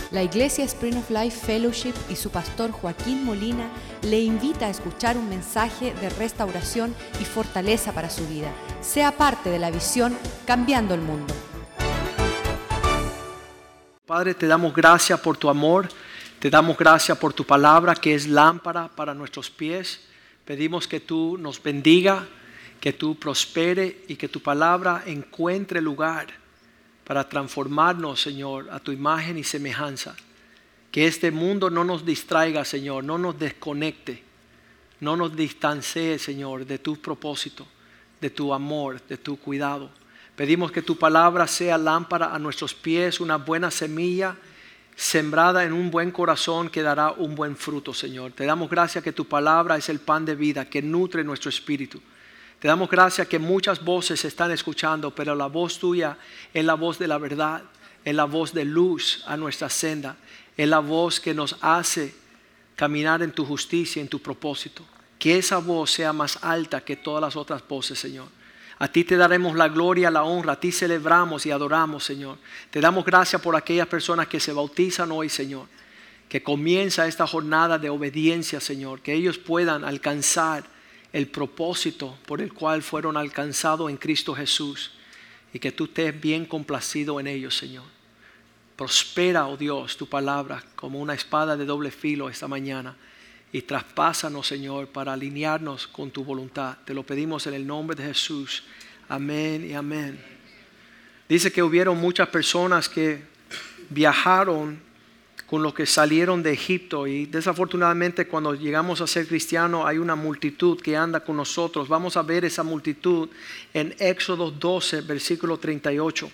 La Iglesia Spring of Life Fellowship y su pastor Joaquín Molina le invita a escuchar un mensaje de restauración y fortaleza para su vida. Sea parte de la visión Cambiando el Mundo. Padre, te damos gracias por tu amor, te damos gracias por tu palabra que es lámpara para nuestros pies. Pedimos que tú nos bendiga, que tú prospere y que tu palabra encuentre lugar para transformarnos, Señor, a tu imagen y semejanza. Que este mundo no nos distraiga, Señor, no nos desconecte, no nos distancie, Señor, de tu propósito, de tu amor, de tu cuidado. Pedimos que tu palabra sea lámpara a nuestros pies, una buena semilla sembrada en un buen corazón que dará un buen fruto, Señor. Te damos gracias que tu palabra es el pan de vida que nutre nuestro espíritu. Te damos gracias que muchas voces se están escuchando, pero la voz tuya es la voz de la verdad, es la voz de luz a nuestra senda, es la voz que nos hace caminar en tu justicia, en tu propósito. Que esa voz sea más alta que todas las otras voces, Señor. A ti te daremos la gloria, la honra, a ti celebramos y adoramos, Señor. Te damos gracias por aquellas personas que se bautizan hoy, Señor. Que comienza esta jornada de obediencia, Señor. Que ellos puedan alcanzar el propósito por el cual fueron alcanzados en Cristo Jesús. Y que tú estés bien complacido en ellos, Señor. Prospera, oh Dios, tu palabra como una espada de doble filo esta mañana. Y traspásanos, Señor, para alinearnos con tu voluntad. Te lo pedimos en el nombre de Jesús. Amén y amén. Dice que hubieron muchas personas que viajaron con los que salieron de Egipto. Y desafortunadamente cuando llegamos a ser cristianos hay una multitud que anda con nosotros. Vamos a ver esa multitud en Éxodo 12, versículo 38.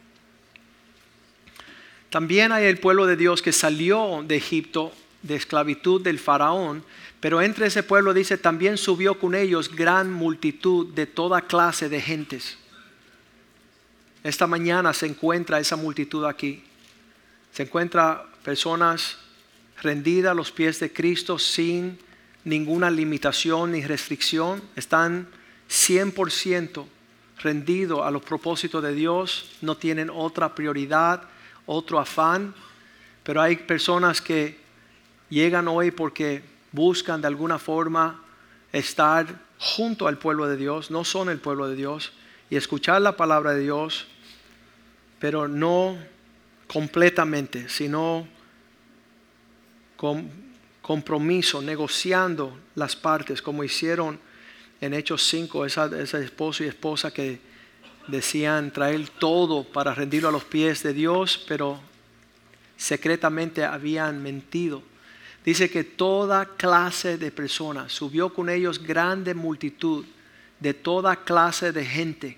También hay el pueblo de Dios que salió de Egipto, de esclavitud del faraón, pero entre ese pueblo dice también subió con ellos gran multitud de toda clase de gentes. Esta mañana se encuentra esa multitud aquí. Se encuentra personas rendidas a los pies de Cristo sin ninguna limitación ni restricción. Están 100% rendidos a los propósitos de Dios. No tienen otra prioridad, otro afán. Pero hay personas que llegan hoy porque buscan de alguna forma estar junto al pueblo de Dios. No son el pueblo de Dios. Y escuchar la palabra de Dios, pero no completamente, sino con compromiso, negociando las partes, como hicieron en Hechos 5, esa esposo y esposa que decían traer todo para rendirlo a los pies de Dios, pero secretamente habían mentido. Dice que toda clase de personas, subió con ellos grande multitud de toda clase de gente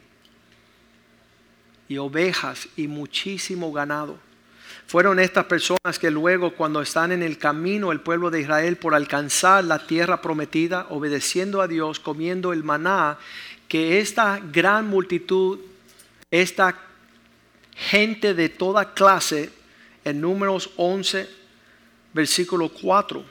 y ovejas y muchísimo ganado. Fueron estas personas que luego cuando están en el camino el pueblo de Israel por alcanzar la tierra prometida, obedeciendo a Dios, comiendo el maná, que esta gran multitud, esta gente de toda clase, en Números 11, versículo 4.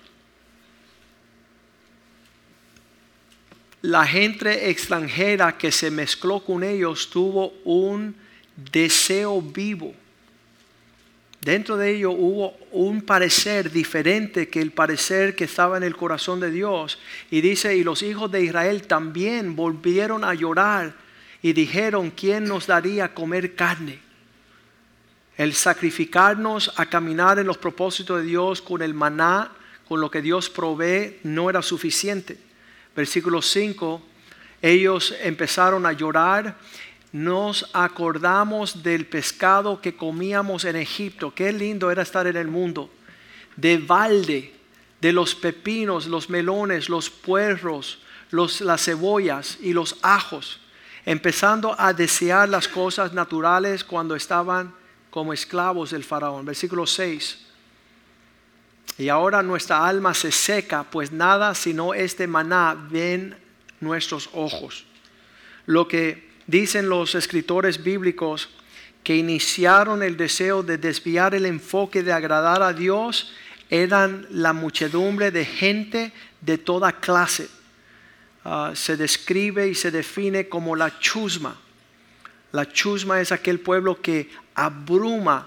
La gente extranjera que se mezcló con ellos tuvo un deseo vivo. Dentro de ello hubo un parecer diferente que el parecer que estaba en el corazón de Dios. Y dice, y los hijos de Israel también volvieron a llorar y dijeron, ¿quién nos daría a comer carne? El sacrificarnos a caminar en los propósitos de Dios con el maná, con lo que Dios provee, no era suficiente. Versículo 5, ellos empezaron a llorar. Nos acordamos del pescado que comíamos en Egipto. Qué lindo era estar en el mundo. De balde, de los pepinos, los melones, los puerros, las cebollas y los ajos. Empezando a desear las cosas naturales cuando estaban como esclavos del faraón. Versículo 6. Y ahora nuestra alma se seca, pues nada sino este maná ven nuestros ojos. Lo que dicen los escritores bíblicos que iniciaron el deseo de desviar el enfoque de agradar a Dios eran la muchedumbre de gente de toda clase. Se describe y se define como la chusma. La chusma es aquel pueblo que abruma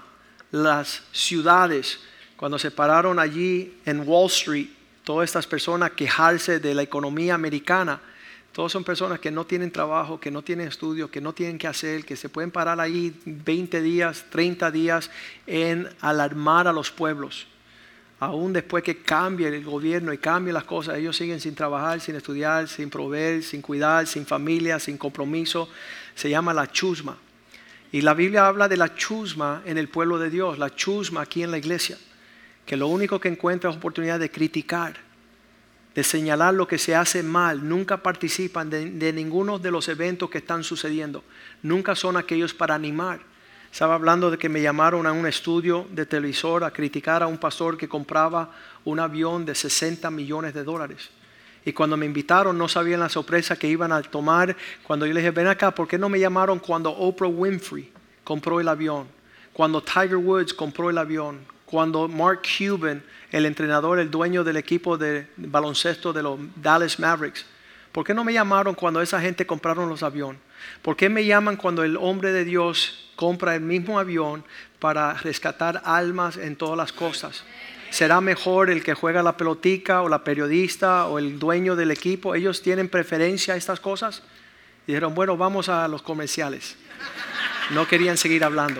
las ciudades, cuando se pararon allí en Wall Street, todas estas personas quejarse de la economía americana, todos son personas que no tienen trabajo, que no tienen estudio, que no tienen que hacer, que se pueden parar ahí 20 días, 30 días en alarmar a los pueblos. Aún después que cambie el gobierno y cambie las cosas, ellos siguen sin trabajar, sin estudiar, sin proveer, sin cuidar, sin familia, sin compromiso. Se llama la chusma. Y la Biblia habla de la chusma en el pueblo de Dios, la chusma aquí en la iglesia, que lo único que encuentra es oportunidad de criticar, de señalar lo que se hace mal. Nunca participan de ninguno de los eventos que están sucediendo. Nunca son aquellos para animar. Estaba hablando de que me llamaron a un estudio de televisor a criticar a un pastor que compraba un avión de $60 millones. Y cuando me invitaron no sabían la sorpresa que iban a tomar. Cuando yo les dije, ven acá, ¿por qué no me llamaron cuando Oprah Winfrey compró el avión? Cuando Tiger Woods compró el avión. Cuando Mark Cuban, el entrenador, el dueño del equipo de baloncesto de los Dallas Mavericks. ¿Por qué no me llamaron cuando esa gente compraron los aviones? ¿Por qué me llaman cuando el hombre de Dios compra el mismo avión para rescatar almas en todas las cosas? ¿Será mejor el que juega la pelotica o la periodista o el dueño del equipo? ¿Ellos tienen preferencia a estas cosas? Y dijeron, bueno, vamos a los comerciales. No querían seguir hablando.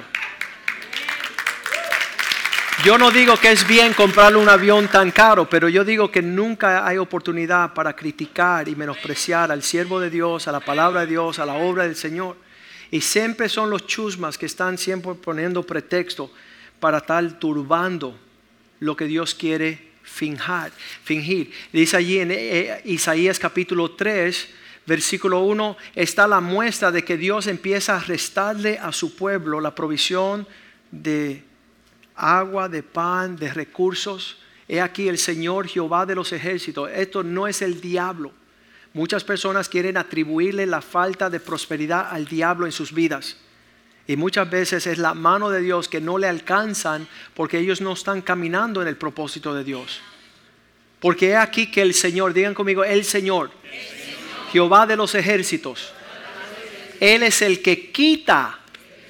Yo no digo que es bien comprarle un avión tan caro, pero yo digo que nunca hay oportunidad para criticar y menospreciar al siervo de Dios, a la palabra de Dios, a la obra del Señor. Y siempre son los chusmas que están siempre poniendo pretexto para estar turbando lo que Dios quiere fingir. Dice allí en Isaías capítulo 3, versículo 1, está la muestra de que Dios empieza a restarle a su pueblo la provisión de agua, de pan, de recursos. He aquí el Señor Jehová de los ejércitos. Esto no es el diablo. Muchas personas quieren atribuirle la falta de prosperidad al diablo en sus vidas. Y muchas veces es la mano de Dios que no le alcanzan porque ellos no están caminando en el propósito de Dios. Porque he aquí que el Señor, digan conmigo, el Señor, Jehová de los ejércitos, Él es el que quita.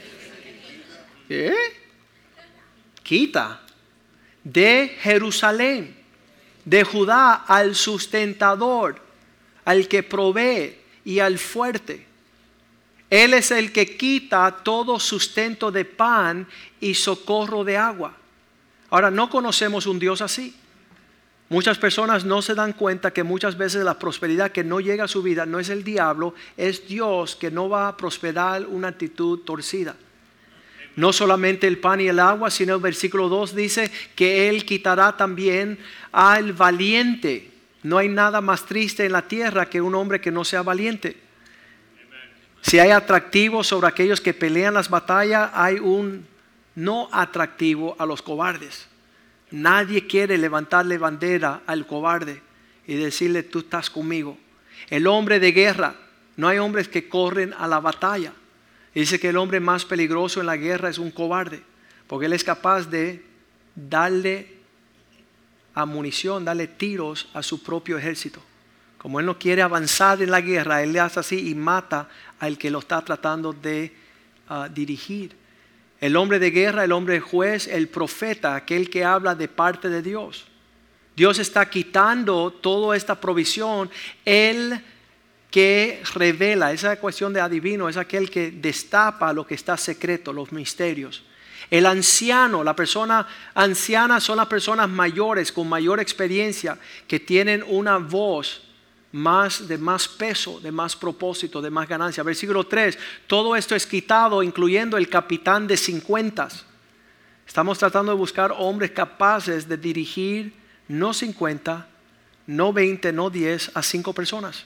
Quita de Jerusalén, de Judá, al sustentador, al que provee y al fuerte. Él es el que quita todo sustento de pan y socorro de agua. Ahora, no conocemos un Dios así. Muchas personas no se dan cuenta que muchas veces la prosperidad que no llega a su vida no es el diablo, es Dios que no va a prosperar una actitud torcida. No solamente el pan y el agua, sino el versículo 2 dice que Él quitará también al valiente. No hay nada más triste en la tierra que un hombre que no sea valiente. Si hay atractivo sobre aquellos que pelean las batallas, hay un no atractivo a los cobardes. Nadie quiere levantarle bandera al cobarde y decirle, tú estás conmigo. El hombre de guerra, no hay hombres que corren a la batalla. Dice que el hombre más peligroso en la guerra es un cobarde, porque él es capaz de darle munición, darle tiros a su propio ejército. Como él no quiere avanzar en la guerra, él le hace así y mata al que lo está tratando de dirigir. El hombre de guerra, el hombre juez, el profeta, aquel que habla de parte de Dios. Dios está quitando toda esta provisión. Él que revela, esa cuestión de adivino, es aquel que destapa lo que está secreto, los misterios. El anciano, la persona anciana son las personas mayores con mayor experiencia que tienen una voz de más peso, de más propósito, de más ganancia. Versículo 3, todo esto es quitado incluyendo el capitán de 50. Estamos tratando de buscar hombres capaces de dirigir no 50, no 20, no 10 a 5 personas.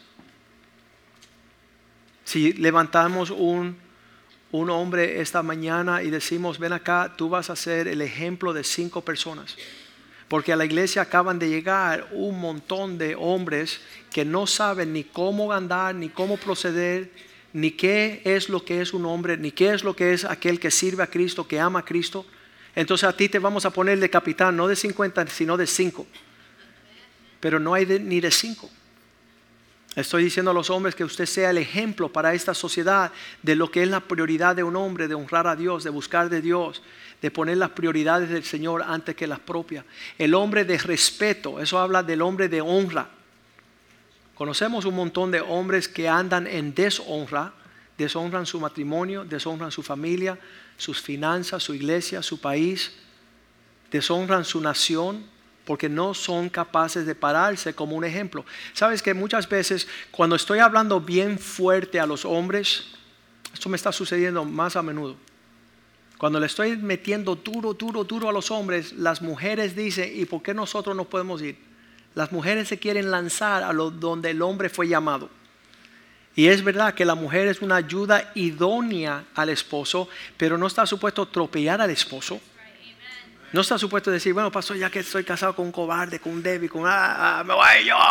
Si levantamos un hombre esta mañana y decimos, ven acá, tú vas a ser el ejemplo de 5 personas. Porque a la iglesia acaban de llegar un montón de hombres que no saben ni cómo andar, ni cómo proceder, ni qué es lo que es un hombre, ni qué es lo que es aquel que sirve a Cristo, que ama a Cristo. Entonces a ti te vamos a poner de capitán, no de 50, sino de 5. Pero no hay ni de 5. Estoy diciendo a los hombres que usted sea el ejemplo para esta sociedad de lo que es la prioridad de un hombre, de honrar a Dios, de buscar de Dios, de poner las prioridades del Señor antes que las propias. El hombre de respeto, eso habla del hombre de honra. Conocemos un montón de hombres que andan en deshonra, deshonran su matrimonio, deshonran su familia, sus finanzas, su iglesia, su país, deshonran su nación, porque no son capaces de pararse como un ejemplo. Sabes que muchas veces cuando estoy hablando bien fuerte a los hombres, esto me está sucediendo más a menudo. Cuando le estoy metiendo duro a los hombres, las mujeres dicen, ¿y por qué nosotros no podemos ir? Las mujeres se quieren lanzar a donde el hombre fue llamado. Y es verdad que la mujer es una ayuda idónea al esposo, pero no está supuesto atropellar al esposo. No está supuesto decir, bueno, pastor, ya que estoy casado con un cobarde, con un débil, con me voy yo.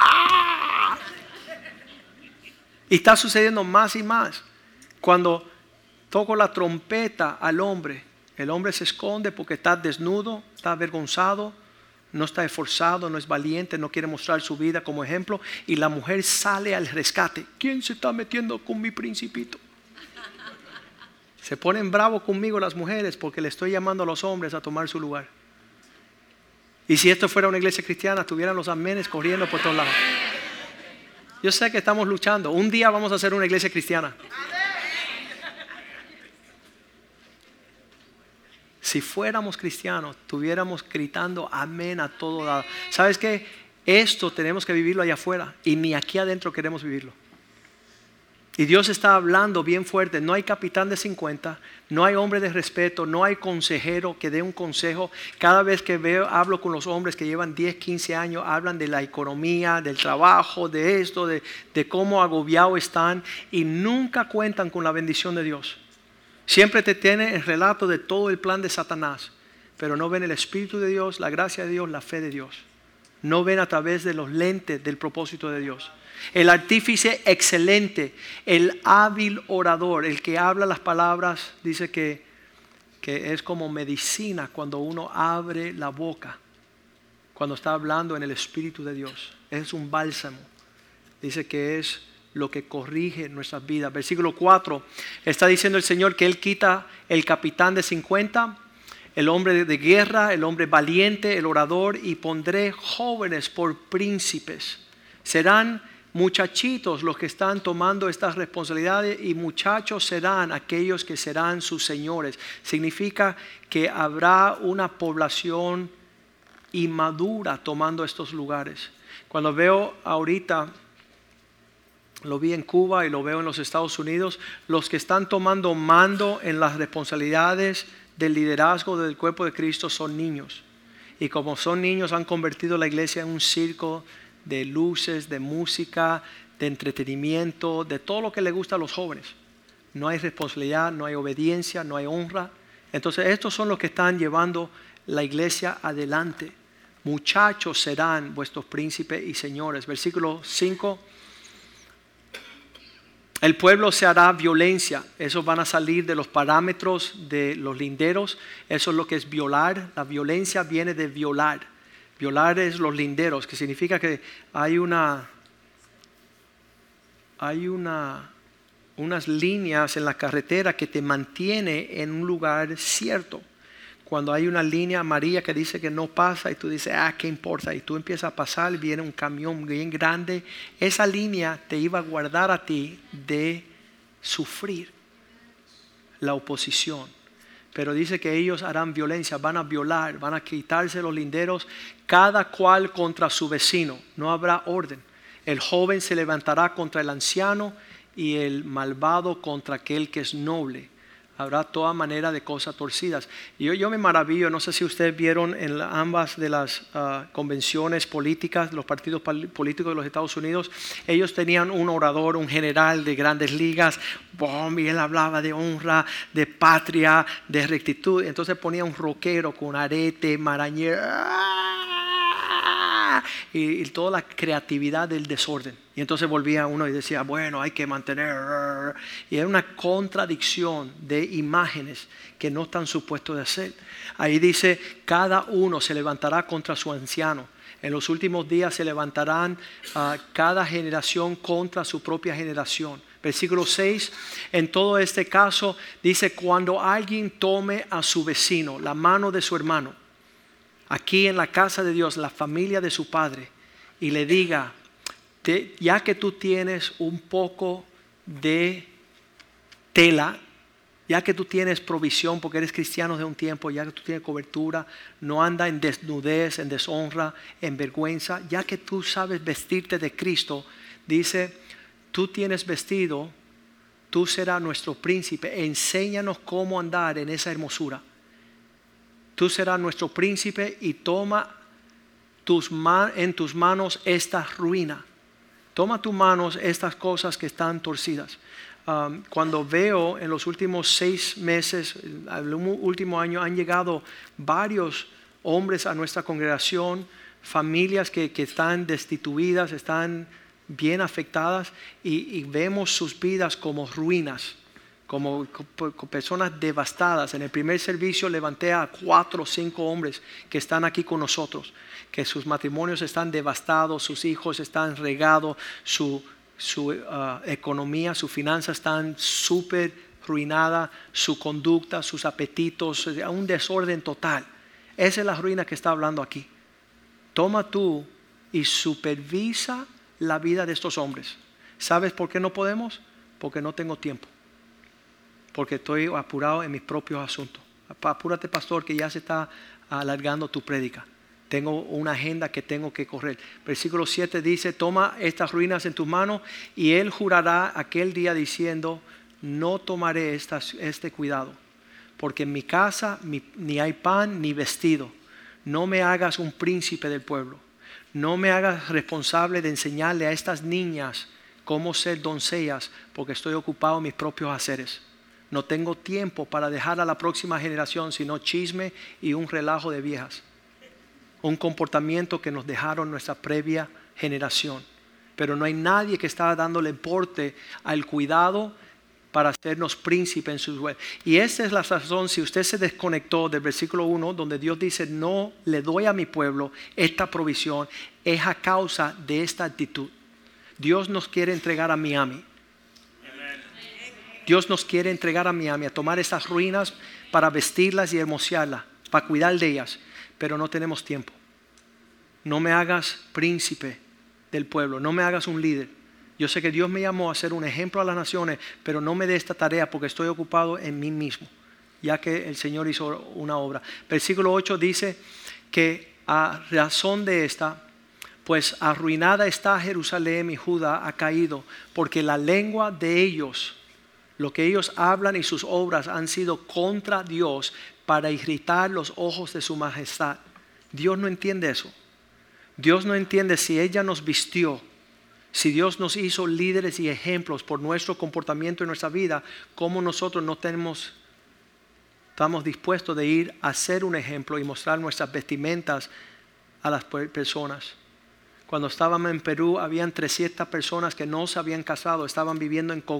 Y está sucediendo más y más. Cuando toco la trompeta al hombre, el hombre se esconde porque está desnudo, está avergonzado, no está esforzado, no es valiente, no quiere mostrar su vida como ejemplo. Y la mujer sale al rescate. ¿Quién se está metiendo con mi principito? Se ponen bravos conmigo las mujeres porque le estoy llamando a los hombres a tomar su lugar. Y si esto fuera una iglesia cristiana, tuvieran los amenes corriendo por todos lados. Yo sé que estamos luchando. Un día vamos a hacer una iglesia cristiana. Si fuéramos cristianos, estuviéramos gritando amén a todo lado. ¿Sabes qué? Esto tenemos que vivirlo allá afuera y ni aquí adentro queremos vivirlo. Y Dios está hablando bien fuerte. No hay capitán de 50, no hay hombre de respeto, no hay consejero que dé un consejo. Cada vez que hablo con los hombres que llevan 10, 15 años, hablan de la economía, del trabajo, de esto, de cómo agobiados están y nunca cuentan con la bendición de Dios. Siempre te tienen el relato de todo el plan de Satanás, pero no ven el Espíritu de Dios, la gracia de Dios, la fe de Dios. No ven a través de los lentes del propósito de Dios. El artífice excelente, el hábil orador, el que habla las palabras, dice que es como medicina cuando uno abre la boca, cuando está hablando en el Espíritu de Dios. Es un bálsamo. Dice que es lo que corrige nuestras vidas. Versículo 4, está diciendo el Señor que Él quita el capitán de 50, el hombre de guerra, el hombre valiente, el orador, y pondré jóvenes por príncipes. Serán muchachitos los que están tomando estas responsabilidades y muchachos serán aquellos que serán sus señores. Significa que habrá una población inmadura tomando estos lugares. Cuando veo ahorita, lo vi en Cuba y lo veo en los Estados Unidos, los que están tomando mando en las responsabilidades del liderazgo del cuerpo de Cristo son niños. Y como son niños han convertido la iglesia en un circo de luces, de música, de entretenimiento, de todo lo que le gusta a los jóvenes. No hay responsabilidad, no hay obediencia, no hay honra. Entonces estos son los que están llevando la iglesia adelante. Muchachos serán vuestros príncipes y señores. Versículo 5. El pueblo se hará violencia. Esos van a salir de los parámetros de los linderos. Eso es lo que es violar. La violencia viene de violar. Violar es los linderos, que significa que hay unas líneas en la carretera que te mantiene en un lugar cierto. Cuando hay una línea amarilla que dice que no pasa y tú dices, ¿qué importa? Y tú empiezas a pasar y viene un camión bien grande. Esa línea te iba a guardar a ti de sufrir la oposición. Pero dice que ellos harán violencia, van a violar, van a quitarse los linderos, cada cual contra su vecino. No habrá orden. El joven se levantará contra el anciano y el malvado contra aquel que es noble. Habrá toda manera de cosas torcidas. Y yo me maravillo, no sé si ustedes vieron en ambas de las convenciones políticas, los partidos políticos de los Estados Unidos, ellos tenían un orador, un general de grandes ligas, y él hablaba de honra, de patria, de rectitud. Entonces ponía un rockero con arete, marañera, y toda la creatividad del desorden. Y entonces volvía uno y decía, bueno, hay que mantener. Y era una contradicción de imágenes que no están supuestos de hacer. Ahí dice, cada uno se levantará contra su anciano. En los últimos días se levantarán cada generación contra su propia generación. Versículo 6, en todo este caso dice, cuando alguien tome a su vecino, la mano de su hermano, aquí en la casa de Dios, la familia de su padre, y le diga, ya que tú tienes un poco de tela, ya que tú tienes provisión porque eres cristiano de un tiempo, ya que tú tienes cobertura, no anda en desnudez, en deshonra, en vergüenza, ya que tú sabes vestirte de Cristo, dice, tú tienes vestido, tú serás nuestro príncipe, enséñanos cómo andar en esa hermosura. Tú serás nuestro príncipe y toma en tus manos esta ruina. Toma en tus manos estas cosas que están torcidas. Cuando veo en los últimos 6 meses, el último año, han llegado varios hombres a nuestra congregación, familias que están destituidas, están bien afectadas y vemos sus vidas como ruinas, como personas devastadas. En el primer servicio levanté a 4 o 5 hombres que están aquí con nosotros, que sus matrimonios están devastados, sus hijos están regados, su economía, sus finanzas están súper ruinadas, su conducta, sus apetitos, un desorden total. Esa es la ruina que está hablando aquí. Toma tú y supervisa la vida de estos hombres. ¿Sabes por qué no podemos? Porque no tengo tiempo. Porque estoy apurado en mis propios asuntos. Apúrate, pastor, que ya se está alargando tu prédica. Tengo una agenda que tengo que correr. Versículo 7 dice, toma estas ruinas en tus manos y él jurará aquel día diciendo, no tomaré este cuidado, porque en mi casa ni hay pan ni vestido. No me hagas un príncipe del pueblo. No me hagas responsable de enseñarle a estas niñas cómo ser doncellas, porque estoy ocupado en mis propios haceres. No tengo tiempo para dejar a la próxima generación sino chisme y un relajo de viejas. Un comportamiento que nos dejaron nuestra previa generación. Pero no hay nadie que está dándole porte al cuidado para hacernos príncipe en sus web. Y esta es la razón, si usted se desconectó del versículo 1, donde Dios dice, no le doy a mi pueblo esta provisión, es a causa de esta actitud. Dios nos quiere entregar a Miami. Dios nos quiere entregar a Miami, a tomar estas ruinas para vestirlas y hermosearlas, para cuidar de ellas. Pero no tenemos tiempo. No me hagas príncipe del pueblo, no me hagas un líder. Yo sé que Dios me llamó a ser un ejemplo a las naciones, pero no me dé esta tarea porque estoy ocupado en mí mismo, ya que el Señor hizo una obra. Versículo 8 dice que a razón de esta, pues arruinada está Jerusalén y Judá ha caído, porque la lengua de ellos, lo que ellos hablan y sus obras han sido contra Dios para irritar los ojos de su majestad. Dios no entiende eso. Dios no entiende si ella nos vistió, si Dios nos hizo líderes y ejemplos por nuestro comportamiento en nuestra vida, cómo nosotros no estamos dispuestos de ir a ser un ejemplo y mostrar nuestras vestimentas a las personas. Cuando estábamos en Perú, habían 300 personas que no se habían casado, estaban viviendo en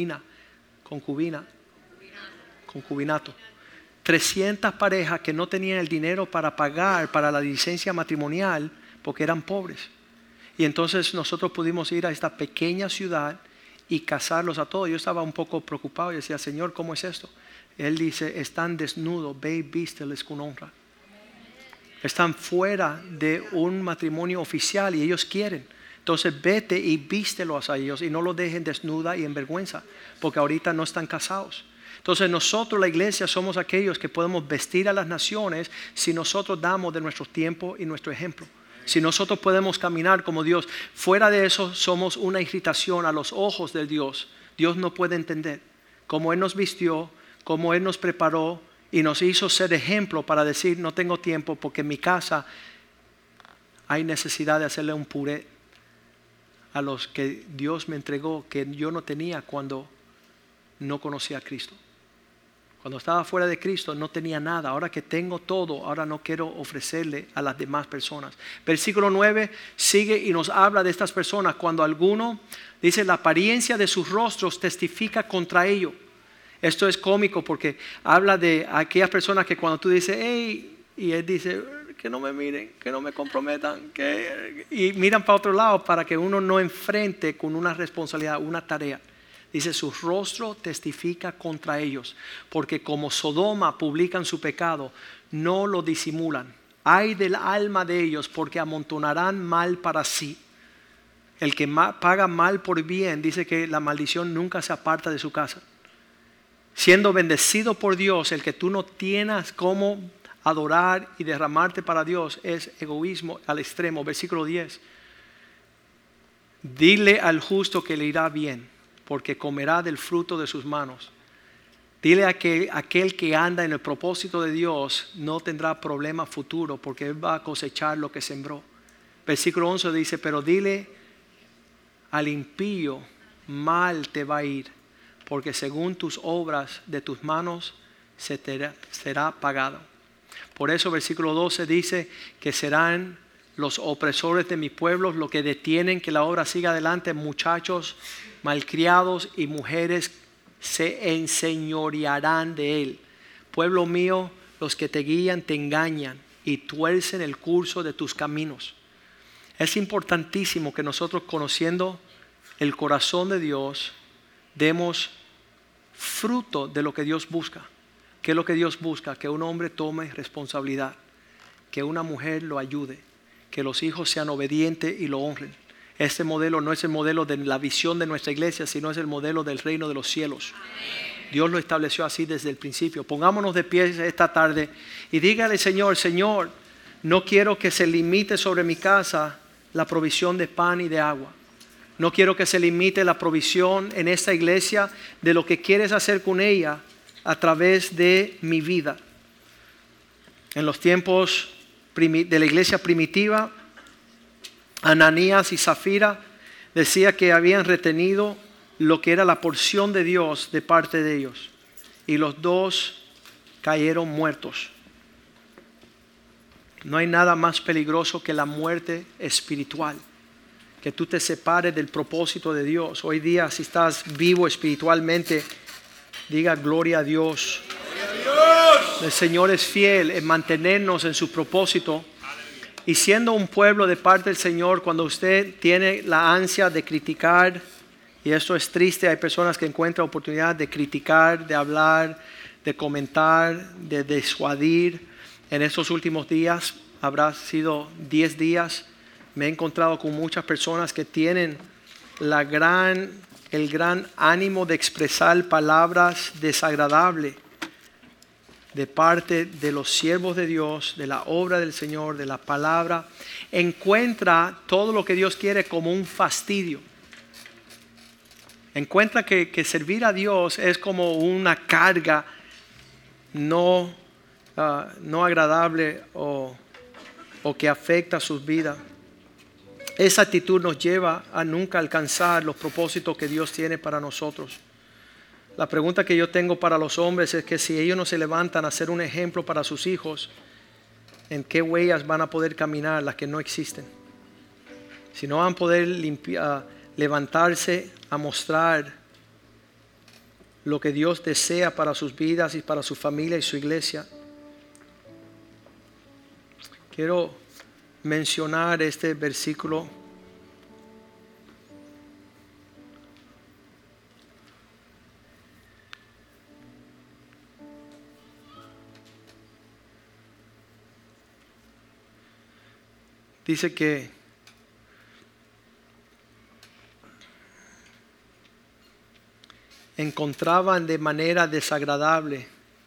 concubinato. 300 parejas que no tenían el dinero para pagar para la licencia matrimonial porque eran pobres. Y entonces nosotros pudimos ir a esta pequeña ciudad y casarlos a todos. Yo estaba un poco preocupado y decía, Señor, ¿cómo es esto? Él dice, están desnudos, ve y vísteles con honra. Están fuera de un matrimonio oficial y ellos quieren. Entonces vete y vístelos a ellos y no los dejen desnuda y en vergüenza, porque ahorita no están casados. Entonces nosotros, la iglesia, somos aquellos que podemos vestir a las naciones si nosotros damos de nuestro tiempo y nuestro ejemplo. Si nosotros podemos caminar como Dios, fuera de eso somos una irritación a los ojos de Dios. Dios no puede entender cómo Él nos vistió, cómo Él nos preparó y nos hizo ser ejemplo para decir no tengo tiempo porque en mi casa hay necesidad de hacerle un puré a los que Dios me entregó que yo no tenía cuando no conocía a Cristo. Cuando estaba fuera de Cristo no tenía nada. Ahora que tengo todo, ahora no quiero ofrecerle a las demás personas. Versículo 9 sigue y nos habla de estas personas. Cuando alguno dice la apariencia de sus rostros testifica contra ello. Esto es cómico porque habla de aquellas personas que cuando tú dices, hey, y él dice, que no me miren, que no me comprometan, y miran para otro lado para que uno no enfrente con una responsabilidad, una tarea. Dice, su rostro testifica contra ellos, porque como Sodoma publican su pecado, no lo disimulan. Ay del alma de ellos, porque amontonarán mal para sí. El que paga mal por bien, dice que la maldición nunca se aparta de su casa. Siendo bendecido por Dios, el que tú no tienes cómo adorar y derramarte para Dios es egoísmo al extremo. Versículo 10. Dile al justo que le irá bien, porque comerá del fruto de sus manos. Dile a aquel que anda en el propósito de Dios no tendrá problema futuro, porque él va a cosechar lo que sembró. Versículo 11 dice, pero dile al impío, mal te va a ir, porque según tus obras de tus manos será pagado. Por eso versículo 12 dice que serán los opresores de mi pueblo los que detienen que la obra siga adelante. Muchachos malcriados y mujeres se enseñorearán de él. Pueblo mío, los que te guían te engañan y tuercen el curso de tus caminos. Es importantísimo que nosotros, conociendo el corazón de Dios, demos fruto de lo que Dios busca. ¿Qué es lo que Dios busca? Que un hombre tome responsabilidad, que una mujer lo ayude, que los hijos sean obedientes y lo honren. Este modelo no es el modelo de la visión de nuestra iglesia, sino es el modelo del reino de los cielos. Amén. Dios lo estableció así desde el principio. Pongámonos de pie esta tarde y dígale, Señor, no quiero que se limite sobre mi casa la provisión de pan y de agua. No quiero que se limite la provisión en esta iglesia de lo que quieres hacer con ella a través de mi vida. En los tiempos de la iglesia primitiva, Ananías y Zafira decía que habían retenido lo que era la porción de Dios de parte de ellos, y los dos cayeron muertos. No hay nada más peligroso que la muerte espiritual, que tú te separes del propósito de Dios. Hoy día, si estás vivo espiritualmente, diga gloria a Dios. El Señor es fiel en mantenernos en su propósito. Y siendo un pueblo de parte del Señor, cuando usted tiene la ansia de criticar, y esto es triste, hay personas que encuentran oportunidad de criticar, de hablar, de comentar, de disuadir. En estos últimos días, habrá sido 10 días, me he encontrado con muchas personas que tienen el gran ánimo de expresar palabras desagradables de parte de los siervos de Dios, de la obra del Señor, de la palabra. Encuentra todo lo que Dios quiere como un fastidio. Encuentra que servir a Dios es como una carga no agradable o que afecta sus vidas. Esa actitud nos lleva a nunca alcanzar los propósitos que Dios tiene para nosotros. La pregunta que yo tengo para los hombres es que si ellos no se levantan a ser un ejemplo para sus hijos, ¿en qué huellas van a poder caminar las que no existen? Si no van a poder levantarse a mostrar lo que Dios desea para sus vidas y para su familia y su iglesia. Quiero mencionar este versículo. Dice que encontraban de manera desagradable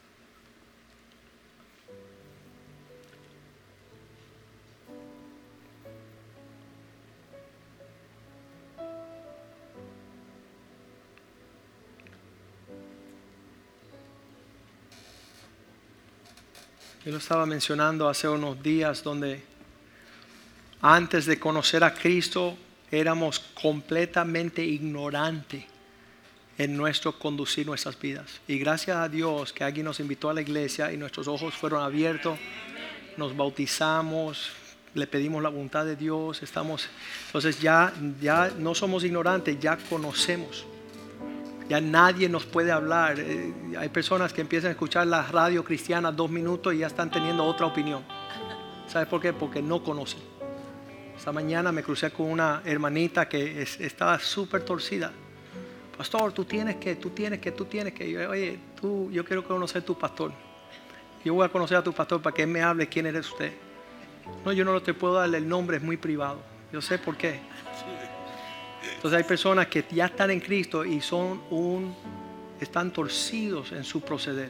yo lo estaba mencionando hace unos días, donde antes de conocer a Cristo éramos completamente ignorantes en nuestro conducir nuestras vidas. Y gracias a Dios que alguien nos invitó a la iglesia y nuestros ojos fueron abiertos, nos bautizamos, le pedimos la voluntad de Dios, entonces ya no somos ignorantes, ya conocemos. Ya nadie nos puede hablar. Hay personas que empiezan a escuchar la radio cristiana 2 minutos y ya están teniendo otra opinión. ¿Sabes por qué? Porque no conocen. Esta mañana me crucé con una hermanita que estaba súper torcida. Pastor, tú tienes que. Y yo, oye, yo quiero conocer a tu pastor. Yo voy a conocer a tu pastor para que él me hable quién eres usted. No, yo no te puedo darle el nombre, es muy privado. Yo sé por qué. Entonces hay personas que ya están en Cristo y están torcidos en su proceder.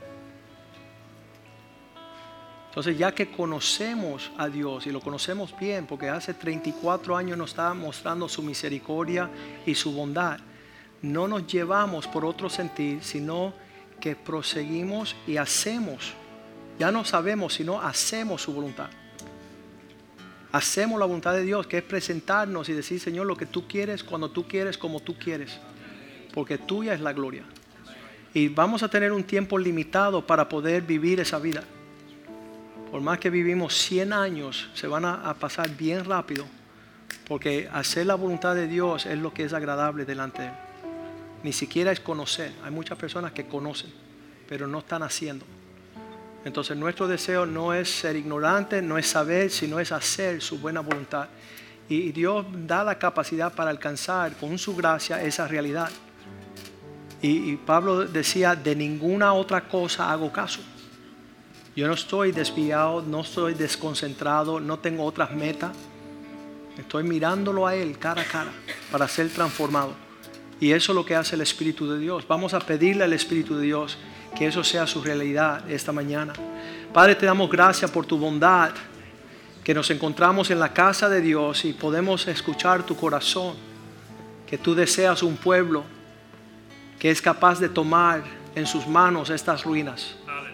Entonces ya que conocemos a Dios y lo conocemos bien, porque hace 34 años nos está mostrando su misericordia y su bondad, no nos llevamos por otro sentir, sino que proseguimos y hacemos. Ya no sabemos, sino hacemos su voluntad. Hacemos la voluntad de Dios, que es presentarnos y decir, Señor, lo que tú quieres, cuando tú quieres, como tú quieres, porque tuya es la gloria. Y vamos a tener un tiempo limitado para poder vivir esa vida. Por más que vivimos 100 años, se van a pasar bien rápido, porque hacer la voluntad de Dios es lo que es agradable delante de Él. Ni siquiera es conocer. Hay muchas personas que conocen, pero no están haciendo. Entonces nuestro deseo no es ser ignorante, no es saber, sino es hacer su buena voluntad. Y Dios da la capacidad para alcanzar con su gracia esa realidad. Y Pablo decía, de ninguna otra cosa hago caso. Yo no estoy desviado, no estoy desconcentrado, no tengo otras metas. Estoy mirándolo a Él cara a cara para ser transformado. Y eso es lo que hace el Espíritu de Dios. Vamos a pedirle al Espíritu de Dios que eso sea su realidad esta mañana. Padre, te damos gracias por tu bondad, que nos encontramos en la casa de Dios y podemos escuchar tu corazón, que tú deseas un pueblo que es capaz de tomar en sus manos estas ruinas.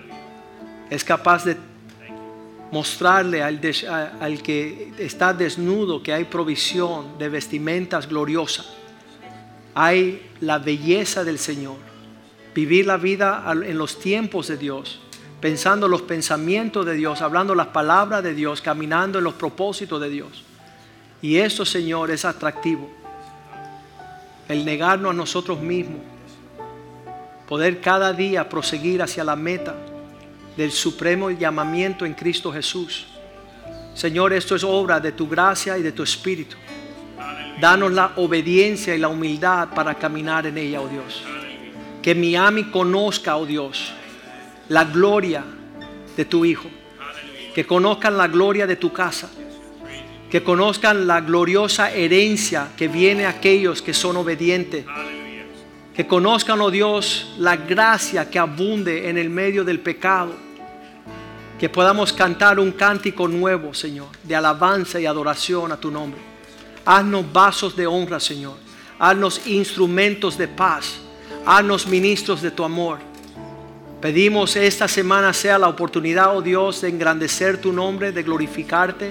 Es capaz de mostrarle al que está desnudo que hay provisión de vestimentas gloriosas. Hay la belleza del Señor. Vivir la vida en los tiempos de Dios, pensando los pensamientos de Dios, hablando las palabras de Dios, caminando en los propósitos de Dios. Y esto, Señor, es atractivo. El negarnos a nosotros mismos. Poder cada día proseguir hacia la meta del supremo llamamiento en Cristo Jesús. Señor, esto es obra de tu gracia y de tu Espíritu. Danos la obediencia y la humildad para caminar en ella, oh Dios. Que Miami conozca, oh Dios, la gloria de tu Hijo. Que conozcan la gloria de tu casa. Que conozcan la gloriosa herencia que viene a aquellos que son obedientes. Que conozcan, oh Dios, la gracia que abunde en el medio del pecado. Que podamos cantar un cántico nuevo, Señor, de alabanza y adoración a tu nombre. Haznos vasos de honra, Señor. Haznos instrumentos de paz. Haznos ministros de tu amor. Pedimos esta semana sea la oportunidad, oh Dios, de engrandecer tu nombre, de glorificarte.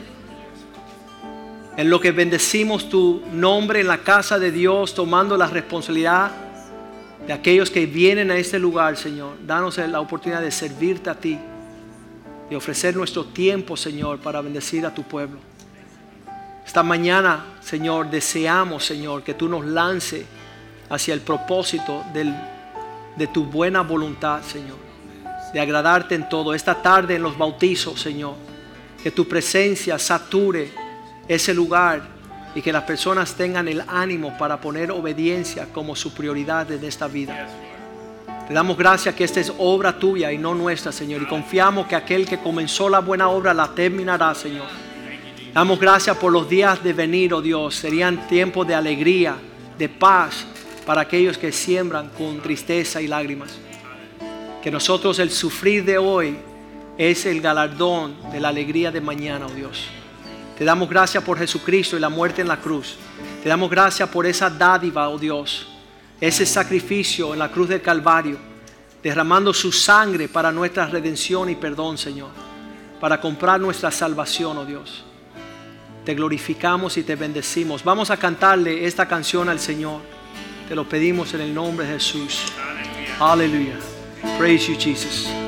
En lo que bendecimos tu nombre en la casa de Dios, tomando la responsabilidad de aquellos que vienen a este lugar, Señor. Danos la oportunidad de servirte a ti, de ofrecer nuestro tiempo, Señor, para bendecir a tu pueblo. Esta mañana, Señor, deseamos, Señor, que tú nos lances hacia el propósito de tu buena voluntad, Señor, de agradarte en todo. Esta tarde en los bautizos, Señor, que tu presencia sature ese lugar y que las personas tengan el ánimo para poner obediencia como su prioridad en esta vida. Te damos gracias que esta es obra tuya y no nuestra, Señor, y confiamos que aquel que comenzó la buena obra la terminará, Señor. Damos gracias por los días de venir, oh Dios. Serían tiempos de alegría, de paz para aquellos que siembran con tristeza y lágrimas. Que nosotros el sufrir de hoy es el galardón de la alegría de mañana, oh Dios. Te damos gracias por Jesucristo y la muerte en la cruz. Te damos gracias por esa dádiva, oh Dios. Ese sacrificio en la cruz del Calvario, derramando su sangre para nuestra redención y perdón, Señor. Para comprar nuestra salvación, oh Dios. Te glorificamos y te bendecimos. Vamos a cantarle esta canción al Señor. Te lo pedimos en el nombre de Jesús. Aleluya. Praise you, Jesus.